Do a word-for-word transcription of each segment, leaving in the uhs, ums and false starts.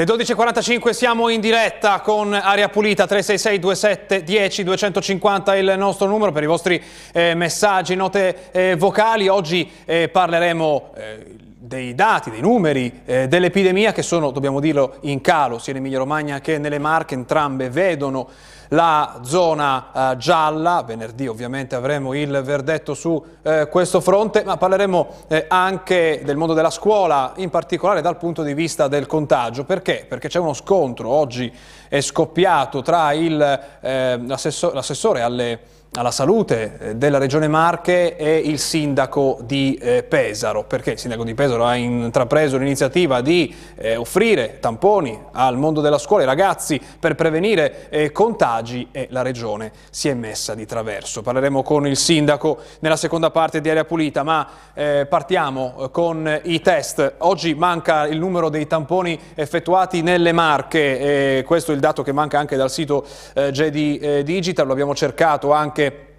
Le dodici e quarantacinque siamo in diretta con Aria Pulita. Tre sei sei due sette uno zero due cinque zero il nostro numero per i vostri eh, messaggi, note eh, vocali. Oggi eh, parleremo eh, dei dati, dei numeri eh, dell'epidemia che sono, dobbiamo dirlo, in calo sia in Emilia-Romagna che nelle Marche. Entrambe vedono la zona eh, gialla. Venerdì ovviamente avremo il verdetto su eh, questo fronte, ma parleremo eh, anche del mondo della scuola, in particolare dal punto di vista del contagio. Perché? Perché c'è uno scontro, oggi è scoppiato tra eh, l'assessore alle alla salute eh, della Regione Marche e il sindaco di eh, Pesaro, perché il sindaco di Pesaro ha intrapreso l'iniziativa di eh, offrire tamponi al mondo della scuola ai ragazzi per prevenire eh, contagi, e la Regione si è messa di traverso. Parleremo con il sindaco nella seconda parte di Aria Pulita, ma eh, partiamo con i test. Oggi manca il numero dei tamponi effettuati nelle Marche, e questo è il dato che manca anche dal sito eh, J D eh, Digital. Lo abbiamo cercato anche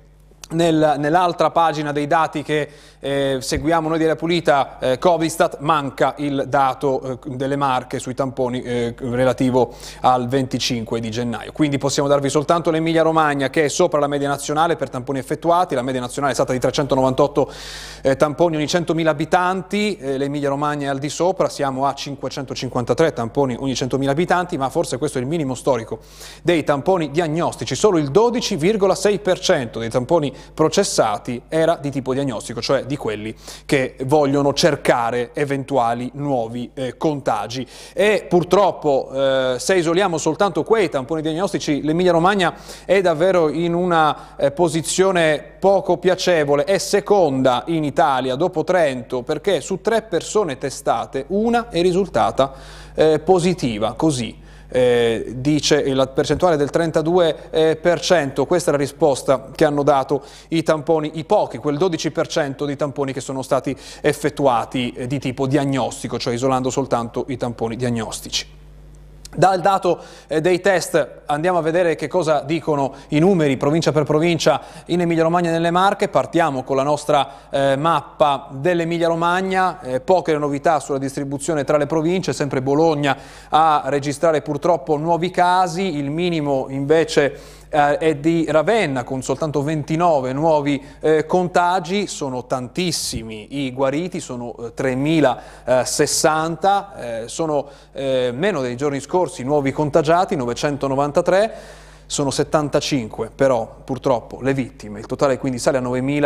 Nel, nell'altra pagina dei dati che eh, seguiamo noi di Aria Pulita, eh, Covistat. Manca il dato eh, delle Marche sui tamponi eh, relativo al venticinque di gennaio, quindi possiamo darvi soltanto l'Emilia Romagna, che è sopra la media nazionale per tamponi effettuati. La media nazionale è stata di trecentonovantotto eh, tamponi ogni centomila abitanti, eh, l'Emilia Romagna è al di sopra, siamo a cinquecentocinquantatré tamponi ogni centomila abitanti, ma forse questo è il minimo storico dei tamponi diagnostici. Solo il dodici virgola sei per cento dei tamponi processati era di tipo diagnostico, cioè di quelli che vogliono cercare eventuali nuovi eh, contagi. E purtroppo eh, se isoliamo soltanto quei tamponi diagnostici, l'Emilia Romagna è davvero in una eh, posizione poco piacevole. È seconda in Italia dopo Trento, perché su tre persone testate una è risultata eh, positiva, così Eh, dice la percentuale del trentadue per cento. Eh, questa è la risposta che hanno dato i tamponi, i pochi, quel dodici per cento di tamponi che sono stati effettuati eh, di tipo diagnostico, cioè isolando soltanto i tamponi diagnostici. Dal dato eh, dei test andiamo a vedere che cosa dicono i numeri provincia per provincia in Emilia Romagna e nelle Marche. Partiamo con la nostra eh, mappa dell'Emilia Romagna, eh, poche le novità sulla distribuzione tra le province, sempre Bologna a registrare purtroppo nuovi casi, il minimo invece eh, è di Ravenna con soltanto ventinove nuovi eh, contagi. Sono tantissimi i guariti, sono eh, tremilasessanta, eh, sono eh, meno dei giorni scorsi nuovi contagiati, novecentonovantatré, sono settantacinque però purtroppo le vittime, il totale quindi sale a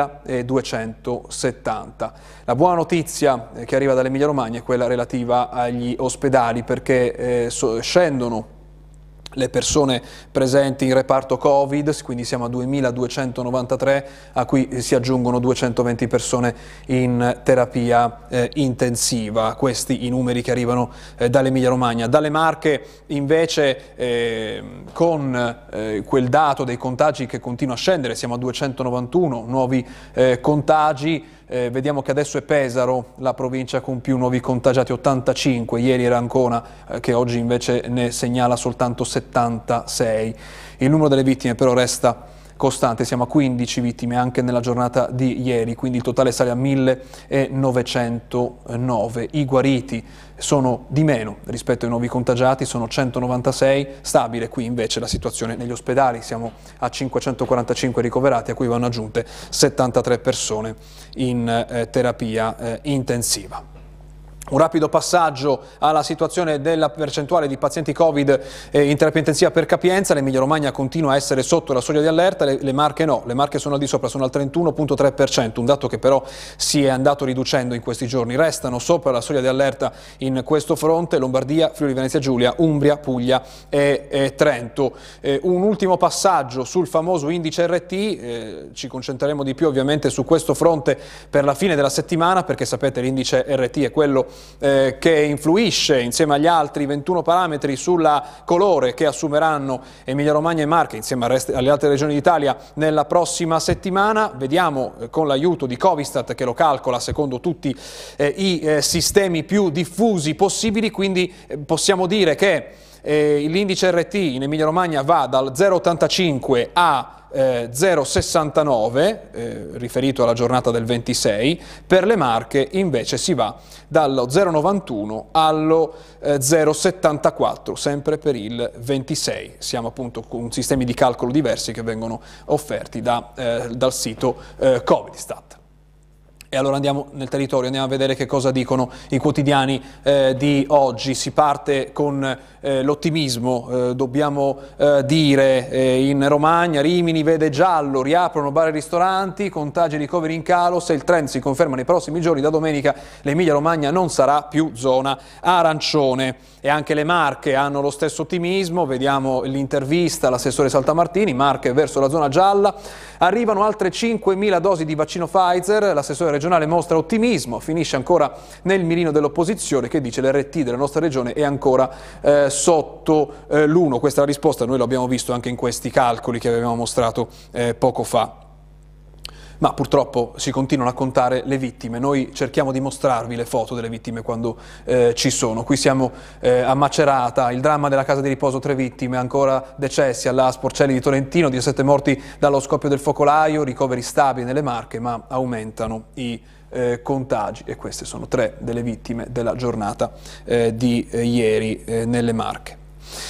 novemiladuecentosettanta. La buona notizia che arriva dall'Emilia Romagna è quella relativa agli ospedali, perché eh, so, scendono le persone presenti in reparto Covid, quindi siamo a duemiladuecentonovantatré, a cui si aggiungono duecentoventi persone in terapia eh, intensiva. Questi i numeri che arrivano eh, dall'Emilia Romagna. Dalle Marche invece eh, con eh, quel dato dei contagi che continua a scendere, siamo a duecentonovantuno nuovi eh, contagi. Eh, vediamo che adesso è Pesaro la provincia con più nuovi contagiati, ottantacinque, ieri era Ancona eh, che oggi invece ne segnala soltanto settantasei. Il numero delle vittime però resta costante, siamo a quindici vittime anche nella giornata di ieri, quindi il totale sale a millenovecentonove. I guariti sono di meno rispetto ai nuovi contagiati, sono centonovantasei, stabile qui invece la situazione negli ospedali, siamo a cinquecentoquarantacinque ricoverati, a cui vanno aggiunte settantatré persone in eh, terapia eh, intensiva. Un rapido passaggio alla situazione della percentuale di pazienti Covid in terapia intensiva per capienza. L'Emilia Romagna continua a essere sotto la soglia di allerta, le, le Marche no, le Marche sono al di sopra, sono al trentuno virgola tre per cento, un dato che però si è andato riducendo in questi giorni. Restano sopra la soglia di allerta in questo fronte Lombardia, Friuli Venezia Giulia, Umbria, Puglia e, e Trento. Eh, un ultimo passaggio sul famoso indice R T, eh, ci concentreremo di più ovviamente su questo fronte per la fine della settimana, perché sapete l'indice R T è quello Eh, che influisce insieme agli altri ventuno parametri sulla colore che assumeranno Emilia Romagna e Marche insieme alle altre regioni d'Italia nella prossima settimana. Vediamo eh, con l'aiuto di Covistat, che lo calcola secondo tutti eh, i eh, sistemi più diffusi possibili, quindi eh, possiamo dire che eh, l'indice R T in Emilia Romagna va dal zero virgola ottantacinque a Eh, zero virgola sessantanove, eh, riferito alla giornata del ventisei, per le Marche invece si va dallo zero virgola novantuno allo eh, zero virgola settantaquattro, sempre per il ventisei. Siamo appunto con sistemi di calcolo diversi che vengono offerti da, eh, dal sito eh, Covidistat. E allora andiamo nel territorio, andiamo a vedere che cosa dicono i quotidiani eh, di oggi. Si parte con eh, l'ottimismo, eh, dobbiamo eh, dire, eh, in Romagna, Rimini vede giallo, riaprono bar e ristoranti, contagi e ricoveri in calo, se il trend si conferma nei prossimi giorni, da domenica l'Emilia Romagna non sarà più zona arancione. E anche le Marche hanno lo stesso ottimismo, vediamo l'intervista all'assessore Saltamartini, Marche verso la zona gialla, arrivano altre cinquemila dosi di vaccino Pfizer, l'assessore regionale mostra ottimismo, finisce ancora nel mirino dell'opposizione che dice l'R T della nostra regione è ancora eh, sotto eh, l'uno. Questa è la risposta, noi lo abbiamo visto anche in questi calcoli che avevamo mostrato eh, poco fa. Ma purtroppo si continuano a contare le vittime, noi cerchiamo di mostrarvi le foto delle vittime quando eh, ci sono. Qui siamo eh, a Macerata, il dramma della casa di riposo, tre vittime, ancora decessi all'A S Porcelli di Tolentino, diciassette morti dallo scoppio del focolaio, ricoveri stabili nelle Marche, ma aumentano i eh, contagi e queste sono tre delle vittime della giornata eh, di eh, ieri eh, nelle Marche.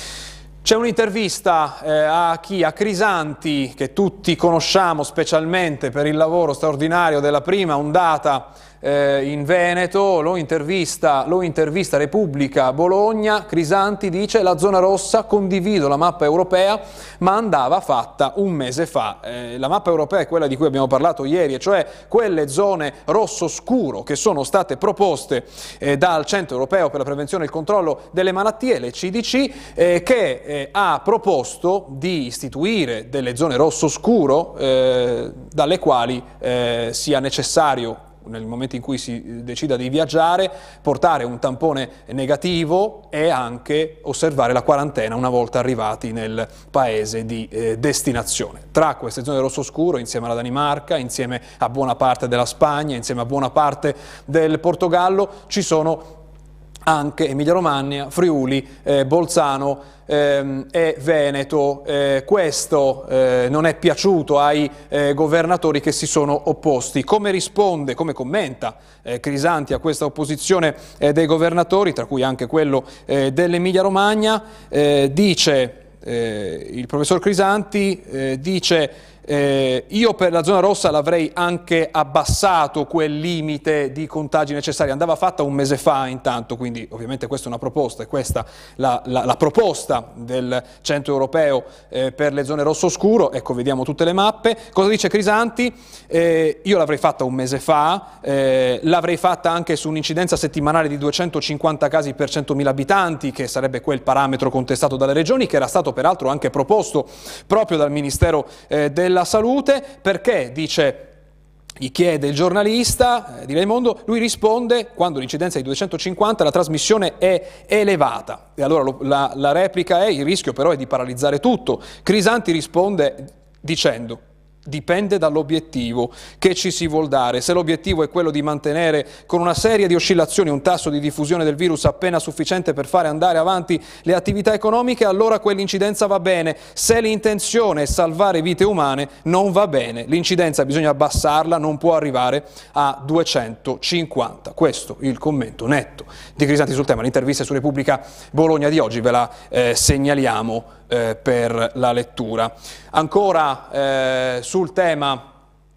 C'è un'intervista eh, a chi? A Crisanti, che tutti conosciamo specialmente per il lavoro straordinario della prima ondata eh, in Veneto, lo intervista, lo intervista Repubblica Bologna. Crisanti dice la zona rossa, condivido la mappa europea, ma andava fatta un mese fa. Eh, la mappa europea è quella di cui abbiamo parlato ieri, e cioè quelle zone rosso scuro che sono state proposte eh, dal Centro Europeo per la Prevenzione e il Controllo delle Malattie, le C D C, eh, che eh, ha proposto di istituire delle zone rosso scuro eh, dalle quali eh, sia necessario, nel momento in cui si decida di viaggiare, portare un tampone negativo e anche osservare la quarantena una volta arrivati nel paese di eh, destinazione. Tra queste zone rosso scuro, insieme alla Danimarca, insieme a buona parte della Spagna, insieme a buona parte del Portogallo, ci sono anche Emilia Romagna, Friuli, eh, Bolzano ehm, e Veneto. Eh, questo eh, non è piaciuto ai eh, governatori che si sono opposti. Come risponde, come commenta eh, Crisanti a questa opposizione eh, dei governatori, tra cui anche quello eh, dell'Emilia Romagna? Eh, dice eh, il professor Crisanti, eh, dice Eh, io per la zona rossa l'avrei anche abbassato quel limite di contagi necessari, andava fatta un mese fa intanto, quindi ovviamente questa è una proposta, e questa la, la, la proposta del Centro Europeo eh, per le zone rosso scuro. Ecco, vediamo tutte le mappe. Cosa dice Crisanti? Eh, io l'avrei fatta un mese fa, eh, l'avrei fatta anche su un'incidenza settimanale di duecentocinquanta casi per centomila abitanti, che sarebbe quel parametro contestato dalle regioni, che era stato peraltro anche proposto proprio dal Ministero eh, della La salute. Perché, dice, gli chiede il giornalista eh, di Raimondo, lui risponde: quando l'incidenza è di duecentocinquanta la trasmissione è elevata. E allora lo, la, la replica è: il rischio però è di paralizzare tutto. Crisanti risponde dicendo: dipende dall'obiettivo che ci si vuol dare. Se l'obiettivo è quello di mantenere con una serie di oscillazioni un tasso di diffusione del virus appena sufficiente per fare andare avanti le attività economiche, allora quell'incidenza va bene. Se l'intenzione è salvare vite umane, non va bene. L'incidenza bisogna abbassarla, non può arrivare a duecentocinquanta. Questo il commento netto di Crisanti sul tema. L'intervista su Repubblica Bologna di oggi ve la eh, segnaliamo eh, per la lettura. Ancora eh, sul tema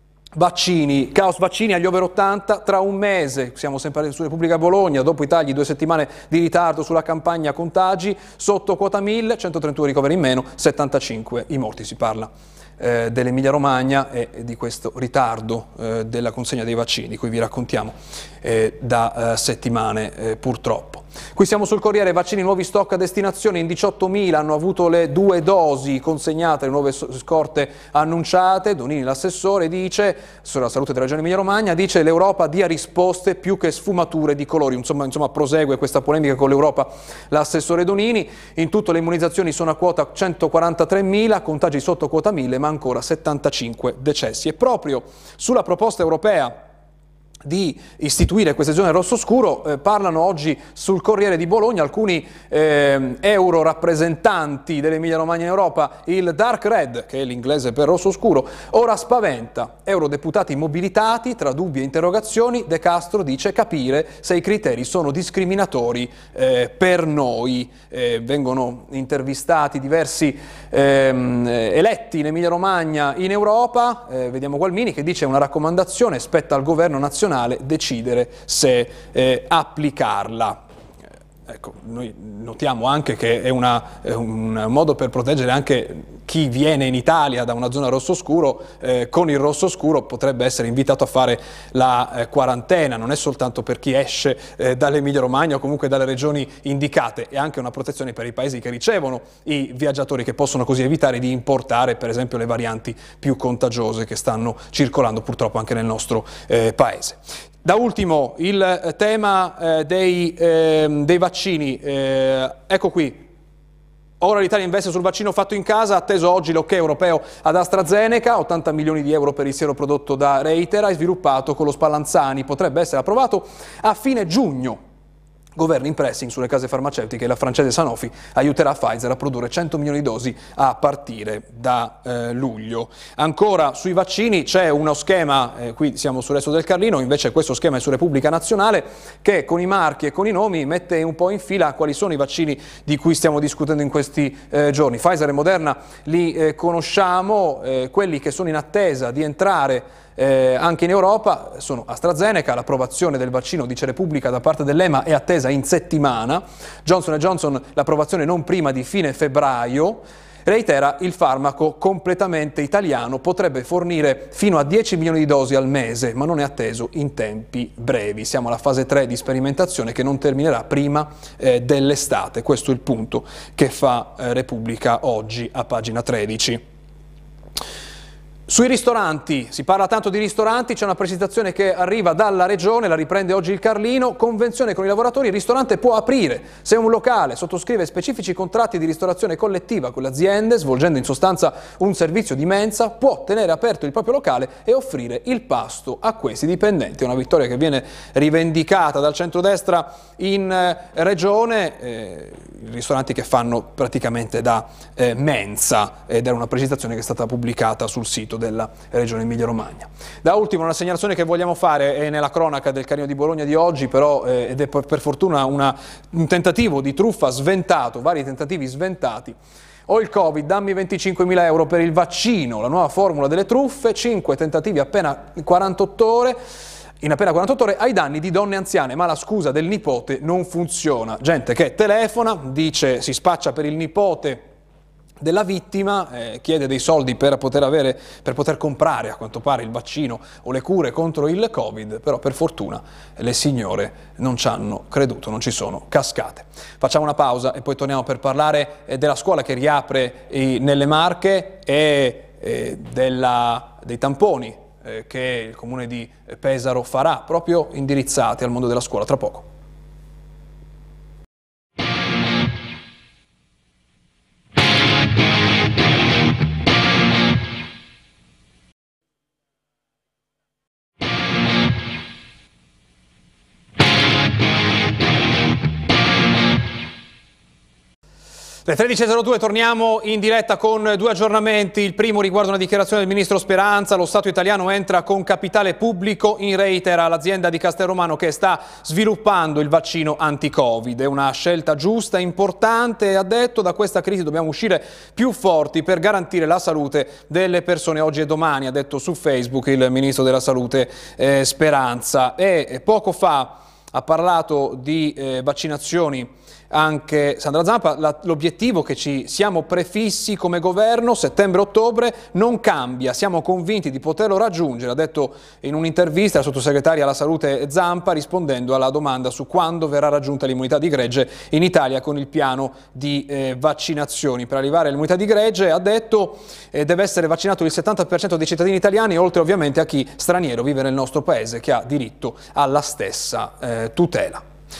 vaccini, caos vaccini agli over ottanta, tra un mese, siamo sempre su Repubblica Bologna, dopo i tagli, due settimane di ritardo sulla campagna contagi, sotto quota mille, centotrentuno ricoveri in meno, settantacinque i morti. Si parla eh, dell'Emilia Romagna e di questo ritardo eh, della consegna dei vaccini, di cui vi raccontiamo eh, da eh, settimane eh, purtroppo. Qui siamo sul Corriere, vaccini, nuovi stock a destinazione, in diciottomila hanno avuto le due dosi consegnate, le nuove scorte annunciate. Donini, l'assessore, dice, sulla salute della regione Emilia-Romagna, dice l'Europa dia risposte più che sfumature di colori. Insomma, insomma prosegue questa polemica con l'Europa l'assessore Donini. In tutto le immunizzazioni sono a quota centoquarantatremila, contagi sotto quota mille, ma ancora settantacinque decessi. E proprio sulla proposta europea di istituire queste zone rosso scuro. Eh, parlano oggi sul Corriere di Bologna alcuni eh, euro rappresentanti dell'Emilia Romagna in Europa. Il dark red, che è l'inglese per rosso scuro, ora spaventa. Eurodeputati mobilitati tra dubbi e interrogazioni. De Castro dice capire se i criteri sono discriminatori eh, per noi. Eh, vengono intervistati diversi ehm, eletti in Emilia Romagna in Europa. Eh, vediamo Gualmini che dice una raccomandazione, spetta al governo nazionale decidere se eh, applicarla. Ecco, noi notiamo anche che è, una, è un modo per proteggere anche chi viene in Italia da una zona rosso scuro. Eh, con il rosso scuro potrebbe essere invitato a fare la eh, quarantena, non è soltanto per chi esce eh, dall'Emilia Romagna o comunque dalle regioni indicate, è anche una protezione per i paesi che ricevono i viaggiatori, che possono così evitare di importare per esempio le varianti più contagiose che stanno circolando purtroppo anche nel nostro eh, paese. Da ultimo il tema eh, dei, eh, dei vaccini, eh, ecco qui, ora l'Italia investe sul vaccino fatto in casa, atteso oggi l'ok europeo ad AstraZeneca, ottanta milioni di euro per il siero prodotto da Reitera e sviluppato con lo Spallanzani, potrebbe essere approvato a fine giugno. Governo in pressing sulle case farmaceutiche, la francese Sanofi aiuterà Pfizer a produrre cento milioni di dosi a partire da eh, luglio. Ancora sui vaccini c'è uno schema, eh, qui siamo sul resto del Carlino, invece questo schema è su Repubblica Nazionale, che con i marchi e con i nomi mette un po' in fila quali sono i vaccini di cui stiamo discutendo in questi eh, giorni. Pfizer e Moderna li eh, conosciamo, eh, quelli che sono in attesa di entrare Eh, anche in Europa sono AstraZeneca, l'approvazione del vaccino, dice Repubblica, da parte dell'E M A è attesa in settimana, Johnson and Johnson l'approvazione non prima di fine febbraio. Reitera, il farmaco completamente italiano potrebbe fornire fino a dieci milioni di dosi al mese, ma non è atteso in tempi brevi. Siamo alla fase tre di sperimentazione che non terminerà prima eh, dell'estate. Questo è il punto che fa eh, Repubblica oggi a pagina tredici. Sui ristoranti, si parla tanto di ristoranti, c'è una precisazione che arriva dalla Regione, la riprende oggi il Carlino, convenzione con i lavoratori, il ristorante può aprire se un locale sottoscrive specifici contratti di ristorazione collettiva con le aziende, svolgendo in sostanza un servizio di mensa, può tenere aperto il proprio locale e offrire il pasto a questi dipendenti. È una vittoria che viene rivendicata dal centrodestra in eh, Regione, eh, ristoranti che fanno praticamente da eh, mensa, ed è una precisazione che è stata pubblicata sul sito della Regione Emilia Romagna. Da ultimo una segnalazione che vogliamo fare è nella cronaca del Carlino di Bologna di oggi, però eh, ed è per, per fortuna una, un tentativo di truffa sventato, vari tentativi sventati. Ho il Covid, dammi venticinquemila euro per il vaccino, la nuova formula delle truffe, cinque tentativi appena quarantotto ore. In appena quarantotto ore ai danni di donne anziane, ma la scusa del nipote non funziona. Gente che telefona, dice si spaccia per il nipote della vittima, eh, chiede dei soldi per poter avere, per poter comprare a quanto pare il vaccino o le cure contro il Covid, però per fortuna le signore non ci hanno creduto, non ci sono cascate. Facciamo una pausa e poi torniamo per parlare eh, della scuola che riapre eh, nelle Marche e eh, della, dei tamponi eh, che il comune di Pesaro farà, proprio indirizzati al mondo della scuola, tra poco. Le tredici e zero due torniamo in diretta con due aggiornamenti. Il primo riguarda una dichiarazione del ministro Speranza. Lo Stato italiano entra con capitale pubblico in Reitera, l'azienda di Castelromano che sta sviluppando il vaccino anti-Covid. È una scelta giusta, importante, ha detto. Da questa crisi dobbiamo uscire più forti per garantire la salute delle persone oggi e domani, ha detto su Facebook il ministro della Salute eh, Speranza. E poco fa ha parlato di eh, vaccinazioni anche Sandra Zampa. L'obiettivo che ci siamo prefissi come governo, settembre-ottobre, non cambia, siamo convinti di poterlo raggiungere, ha detto in un'intervista la sottosegretaria alla salute Zampa, rispondendo alla domanda su quando verrà raggiunta l'immunità di gregge in Italia con il piano di eh, vaccinazioni. Per arrivare all'immunità di gregge, ha detto, eh, deve essere vaccinato il settanta per cento dei cittadini italiani, oltre ovviamente a chi straniero vive nel nostro paese, che ha diritto alla stessa eh, tutela.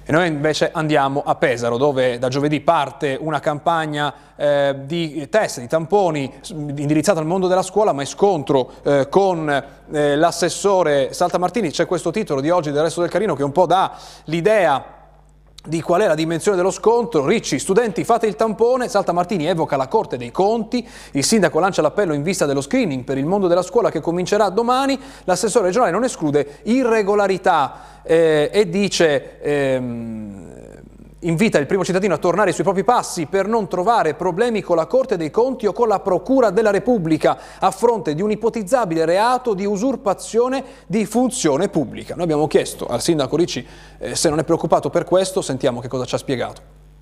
E noi invece andiamo a Pesaro, dove da giovedì parte una campagna eh, di test, di tamponi indirizzata al mondo della scuola, ma è scontro eh, con eh, l'assessore Saltamartini. C'è questo titolo di oggi del Resto del Carlino che un po' dà l'idea di qual è la dimensione dello scontro. Ricci, studenti fate il tampone, Saltamartini evoca la Corte dei Conti, il sindaco lancia l'appello in vista dello screening per il mondo della scuola che comincerà domani, l'assessore regionale non esclude irregolarità eh, e dice... Ehm, invita il primo cittadino a tornare sui propri passi per non trovare problemi con la Corte dei Conti o con la Procura della Repubblica a fronte di un ipotizzabile reato di usurpazione di funzione pubblica. Noi abbiamo chiesto al sindaco Ricci eh, se non è preoccupato per questo, sentiamo che cosa ci ha spiegato.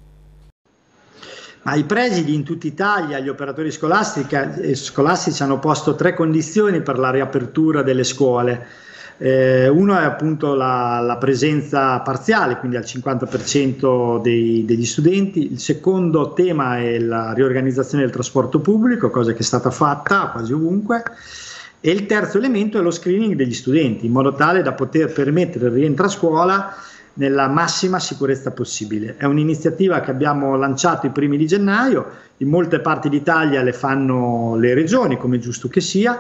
Ma i presidi in tutta Italia, gli operatori scolastici hanno posto tre condizioni per la riapertura delle scuole. Eh, uno è appunto la, la presenza parziale, quindi al cinquanta per cento dei, degli studenti. Il secondo tema è la riorganizzazione del trasporto pubblico, cosa che è stata fatta quasi ovunque. E il terzo elemento è lo screening degli studenti, in modo tale da poter permettere il rientro a scuola nella massima sicurezza possibile. È un'iniziativa che abbiamo lanciato i primi di gennaio, in molte parti d'Italia le fanno le regioni, come è giusto che sia,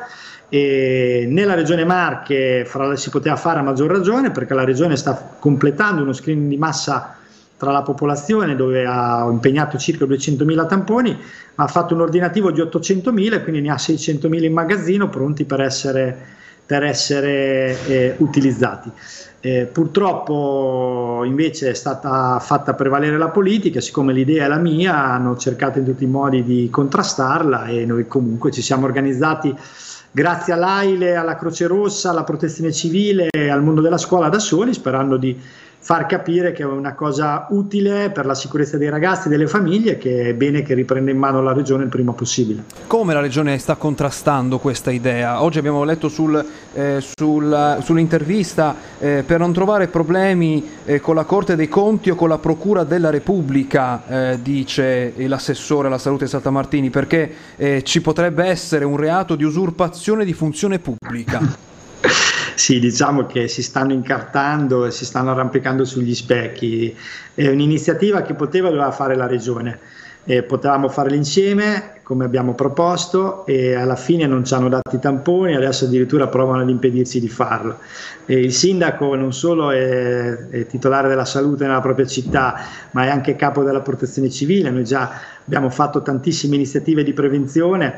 e nella regione Marche fra, si poteva fare a maggior ragione perché la regione sta completando uno screening di massa tra la popolazione dove ha impegnato circa duecentomila tamponi, ma ha fatto un ordinativo di ottocentomila, quindi ne ha seicentomila in magazzino pronti per essere, per essere eh, utilizzati. Eh, purtroppo invece è stata fatta prevalere la politica, siccome l'idea è la mia, hanno cercato in tutti i modi di contrastarla e noi comunque ci siamo organizzati grazie all'A I L E, alla Croce Rossa, alla Protezione Civile e al mondo della scuola da soli, sperando di far capire che è una cosa utile per la sicurezza dei ragazzi e delle famiglie, che è bene che riprenda in mano la Regione il prima possibile. Come la Regione sta contrastando questa idea? Oggi abbiamo letto sul, eh, sul, sull'intervista eh, per non trovare problemi eh, con la Corte dei Conti o con la Procura della Repubblica, eh, dice l'assessore alla salute Saltamartini, perché eh, ci potrebbe essere un reato di usurpazione di funzione pubblica. Sì, diciamo che si stanno incartando e si stanno arrampicando sugli specchi. È un'iniziativa che poteva e doveva fare la Regione. Eh, potevamo farla insieme, come abbiamo proposto, e alla fine non ci hanno dato i tamponi, adesso addirittura provano ad impedirci di farlo. E il sindaco non solo è, è titolare della salute nella propria città, ma è anche capo della Protezione Civile. Noi già abbiamo fatto tantissime iniziative di prevenzione,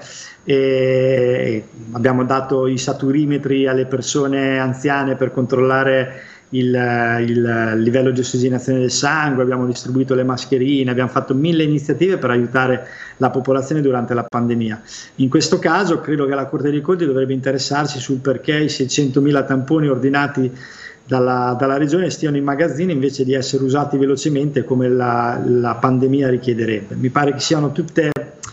e abbiamo dato i saturimetri alle persone anziane per controllare il, il livello di ossigenazione del sangue, abbiamo distribuito le mascherine, abbiamo fatto mille iniziative per aiutare la popolazione durante la pandemia. In questo caso credo che la Corte dei Conti dovrebbe interessarsi sul perché i seicentomila tamponi ordinati dalla, dalla Regione stiano in magazzino invece di essere usati velocemente come la, la pandemia richiederebbe. Mi pare che siano tutte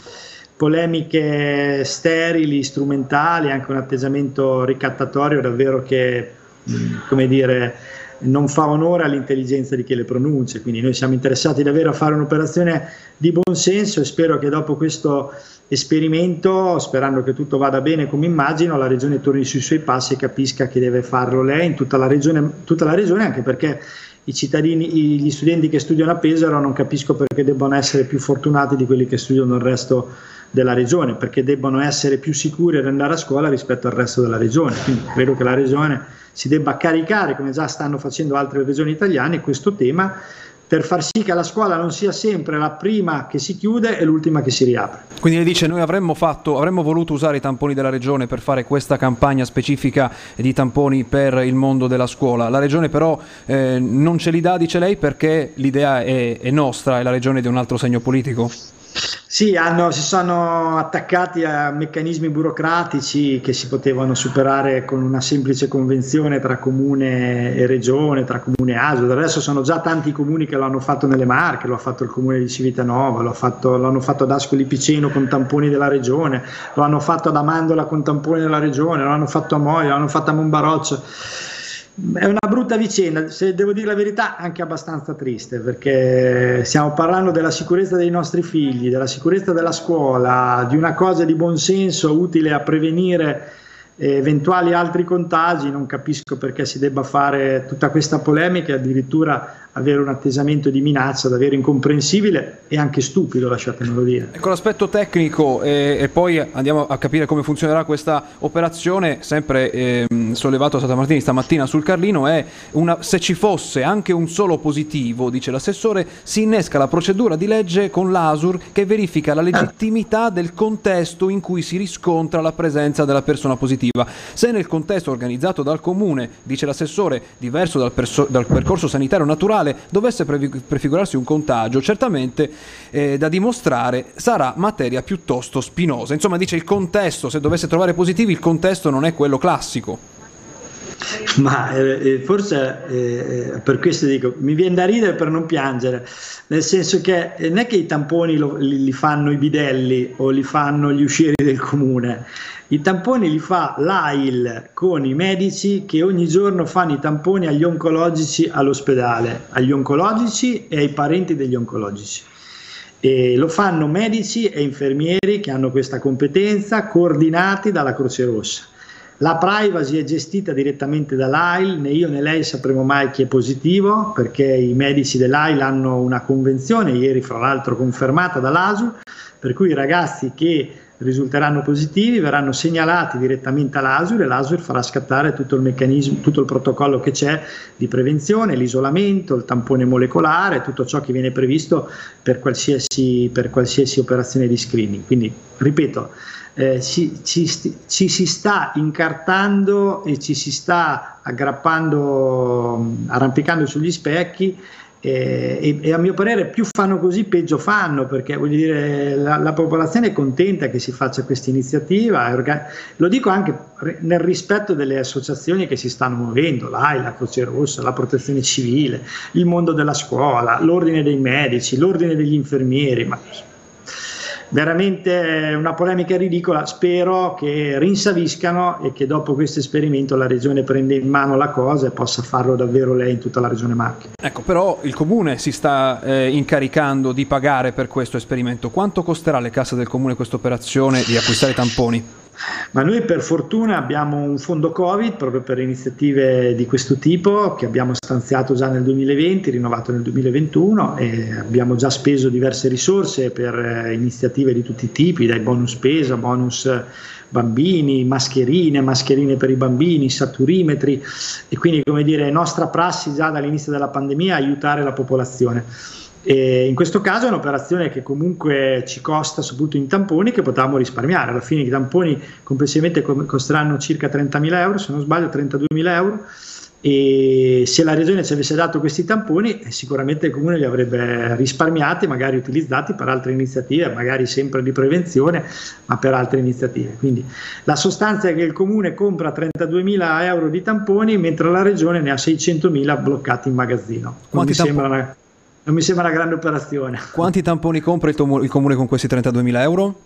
polemiche sterili, strumentali, anche un atteggiamento ricattatorio davvero che, come dire, non fa onore all'intelligenza di chi le pronuncia. Quindi noi siamo interessati davvero a fare un'operazione di buon senso e spero che dopo questo esperimento, sperando che tutto vada bene come immagino, la Regione torni sui suoi passi e capisca che deve farlo lei in tutta la regione, tutta la regione, anche perché i cittadini, gli studenti che studiano a Pesaro non capisco perché debbano essere più fortunati di quelli che studiano nel resto della regione, perché debbono essere più sicuri ad andare a scuola rispetto al resto della regione. Quindi credo che la regione si debba caricare, come già stanno facendo altre regioni italiane, questo tema per far sì che la scuola non sia sempre la prima che si chiude e l'ultima che si riapre. Quindi lei dice: noi avremmo, fatto, avremmo voluto usare i tamponi della Regione per fare questa campagna specifica di tamponi per il mondo della scuola. La Regione però eh, non ce li dà, dice lei, perché l'idea è, è nostra e la Regione è di un altro segno politico? Sì, hanno, si sono attaccati a meccanismi burocratici che si potevano superare con una semplice convenzione tra comune e regione, tra comune e A S O. Adesso sono già tanti comuni che lo hanno fatto nelle Marche, lo ha fatto il comune di Civitanova, lo, ha fatto, lo hanno fatto ad Ascoli Piceno con tamponi della regione, lo hanno fatto ad Amandola con tamponi della regione, lo hanno fatto a Moia, lo hanno fatto a Monbaroccio. È una brutta vicenda, se devo dire la verità anche abbastanza triste, perché stiamo parlando della sicurezza dei nostri figli, della sicurezza della scuola, di una cosa di buon senso utile a prevenire eventuali altri contagi. Non capisco perché si debba fare tutta questa polemica e addirittura avere un attesamento di minaccia davvero incomprensibile e anche stupido, lasciatemelo dire. Ecco, l'aspetto tecnico e, e poi andiamo a capire come funzionerà questa operazione, sempre eh, sollevato stamattina, stamattina sul Carlino, è una, se ci fosse anche un solo positivo, dice l'assessore, si innesca la procedura di legge con l'A S U R che verifica la legittimità del contesto in cui si riscontra la presenza della persona positiva. Se nel contesto organizzato dal comune, dice l'assessore, diverso dal, dal percorso sanitario naturale, dovesse prefigurarsi un contagio, certamente eh, da dimostrare sarà materia piuttosto spinosa. Insomma, dice il contesto, se dovesse trovare positivi, il contesto non è quello classico. Ma eh, forse eh, per questo dico, mi viene da ridere per non piangere, nel senso che non è che i tamponi lo, li, li fanno i bidelli o li fanno gli uscieri del comune, i tamponi li fa l'A I L con i medici che ogni giorno fanno i tamponi agli oncologici all'ospedale, agli oncologici e ai parenti degli oncologici. E lo fanno medici e infermieri che hanno questa competenza, coordinati dalla Croce Rossa. La privacy è gestita direttamente dall'A I L, né io né lei sapremo mai chi è positivo, perché i medici dell'A I L hanno una convenzione, ieri fra l'altro confermata dall'A S U R, per cui i ragazzi che risulteranno positivi verranno segnalati direttamente all'A S U R e l'A S U R farà scattare tutto il meccanismo, tutto il protocollo che c'è di prevenzione, l'isolamento, il tampone molecolare, tutto ciò che viene previsto per qualsiasi, per qualsiasi operazione di screening. Quindi, ripeto, Eh, ci, ci, ci si sta incartando e ci si sta aggrappando, arrampicando sugli specchi eh, e, e a mio parere più fanno così peggio fanno, perché voglio dire la, la popolazione è contenta che si faccia questa iniziativa, lo dico anche nel rispetto delle associazioni che si stanno muovendo, l'A I L, la Croce Rossa, la Protezione Civile, il mondo della scuola, l'ordine dei medici, l'ordine degli infermieri, ma veramente una polemica ridicola. Spero che rinsaviscano e che dopo questo esperimento la regione prenda in mano la cosa e possa farlo davvero lei in tutta la regione Marche. Ecco, però il comune si sta eh, incaricando di pagare per questo esperimento. Quanto costerà alle casse del comune questa operazione di acquistare tamponi? Ma noi per fortuna abbiamo un fondo Covid proprio per iniziative di questo tipo che abbiamo stanziato già nel duemilaventi, rinnovato nel duemilaventuno, e abbiamo già speso diverse risorse per eh, iniziative di tutti i tipi, dai bonus spesa, bonus bambini, mascherine, mascherine per i bambini, saturimetri, e quindi, come dire, è nostra prassi già dall'inizio della pandemia aiutare la popolazione. E in questo caso è un'operazione che comunque ci costa, soprattutto in tamponi, che potevamo risparmiare. Alla fine i tamponi complessivamente costeranno circa trentamila euro, se non sbaglio trentaduemila euro, e se la regione ci avesse dato questi tamponi sicuramente il comune li avrebbe risparmiati, magari utilizzati per altre iniziative, magari sempre di prevenzione, ma per altre iniziative. Quindi la sostanza è che il comune compra trentaduemila euro di tamponi mentre la regione ne ha seicentomila bloccati in magazzino. Non mi sembra una... Non mi sembra una grande operazione. Quanti tamponi compra il, il comune con questi trentaduemila euro?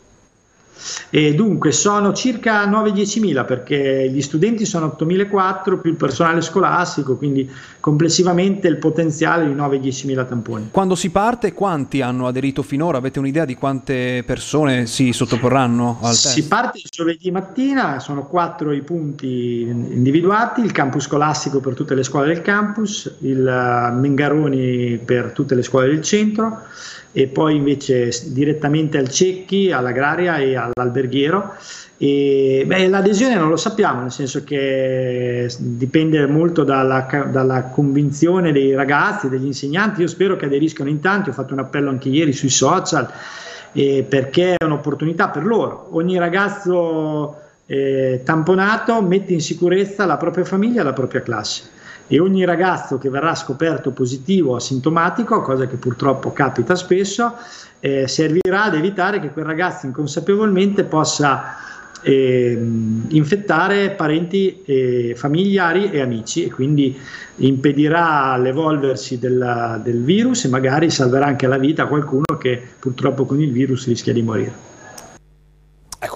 E dunque sono circa nove diecimila, perché gli studenti sono ottomilaquattrocento più il personale scolastico, quindi complessivamente il potenziale di nove diecimila tamponi. Quando si parte, quanti hanno aderito finora? Avete un'idea di quante persone si sottoporranno al test? Si parte giovedì mattina, sono quattro i punti individuati: il campus scolastico per tutte le scuole del campus, il Mengaroni per tutte le scuole del centro, e poi invece direttamente al Cecchi, all'Agraria e all'Alberghiero. E beh, l'adesione non lo sappiamo, nel senso che dipende molto dalla, dalla convinzione dei ragazzi, degli insegnanti. Io spero che aderiscano in tanti, ho fatto un appello anche ieri sui social, eh, perché è un'opportunità per loro. Ogni ragazzo eh, tamponato mette in sicurezza la propria famiglia e la propria classe, e ogni ragazzo che verrà scoperto positivo o asintomatico, cosa che purtroppo capita spesso, eh, servirà ad evitare che quel ragazzo inconsapevolmente possa eh, infettare parenti, eh, familiari e amici, e quindi impedirà l'evolversi del, del virus e magari salverà anche la vita a qualcuno che purtroppo con il virus rischia di morire. Ecco,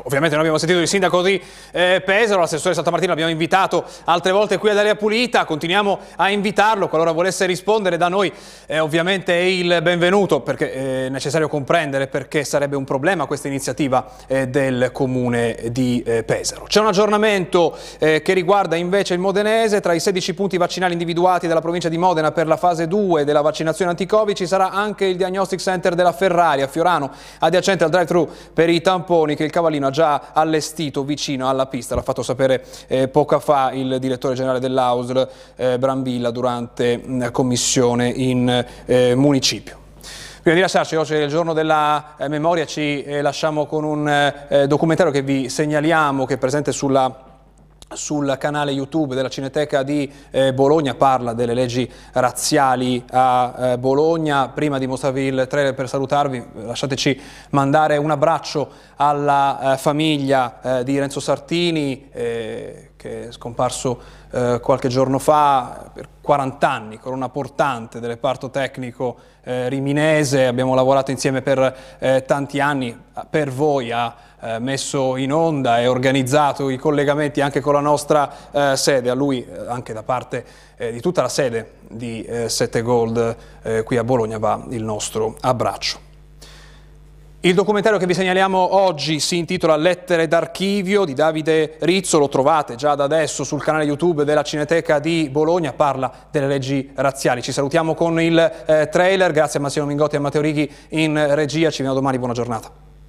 Ecco, ovviamente noi abbiamo sentito il sindaco di eh, Pesaro, l'assessore Santamartino l'abbiamo invitato altre volte qui ad Aria Pulita, continuiamo a invitarlo qualora volesse rispondere da noi, eh, ovviamente è il benvenuto, perché è necessario comprendere perché sarebbe un problema questa iniziativa eh, del comune di eh, Pesaro. C'è un aggiornamento eh, che riguarda invece il modenese. Tra i sedici punti vaccinali individuati dalla provincia di Modena per la fase due della vaccinazione anti-Covid ci sarà anche il Diagnostic Center della Ferrari a Fiorano, adiacente al drive-thru per i tamponi che il Cavallino ha già allestito vicino alla pista. L'ha fatto sapere eh, poco fa il direttore generale dell'A U S L eh, Brambilla durante una commissione in eh, municipio. Prima di lasciarci, oggi è il giorno della eh, memoria, ci eh, lasciamo con un eh, documentario che vi segnaliamo, che è presente sulla sul canale YouTube della Cineteca di eh, Bologna. Parla delle leggi razziali a eh, Bologna. Prima di mostrarvi il trailer per salutarvi, lasciateci mandare un abbraccio alla eh, famiglia eh, di Renzo Sartini, eh, che è scomparso eh, qualche giorno fa per quaranta anni, corona portante del reparto tecnico eh, riminese. Abbiamo lavorato insieme per eh, tanti anni, per voi ha eh, messo in onda e organizzato i collegamenti anche con la nostra eh, sede. A lui, eh, anche da parte eh, di tutta la sede di eh, sette Gold eh, qui a Bologna, va il nostro abbraccio. Il documentario che vi segnaliamo oggi si intitola Lettere d'archivio di Davide Rizzo, lo trovate già da adesso sul canale YouTube della Cineteca di Bologna, parla delle leggi razziali. Ci salutiamo con il eh, trailer, grazie a Massimo Mingotti e a Matteo Righi in regia, ci vediamo domani, buona giornata.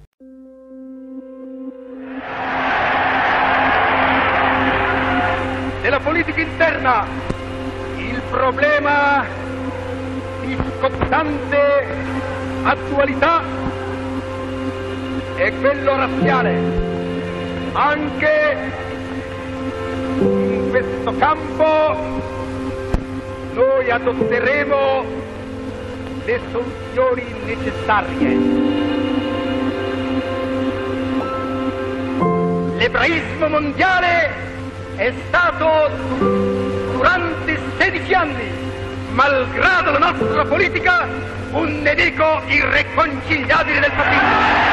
Nella politica interna il problema di scottante attualità è quello razziale. Anche in questo campo noi adotteremo le soluzioni necessarie. L'ebraismo mondiale è stato durante sedici anni, malgrado la nostra politica, un nemico irreconciliabile del fascismo.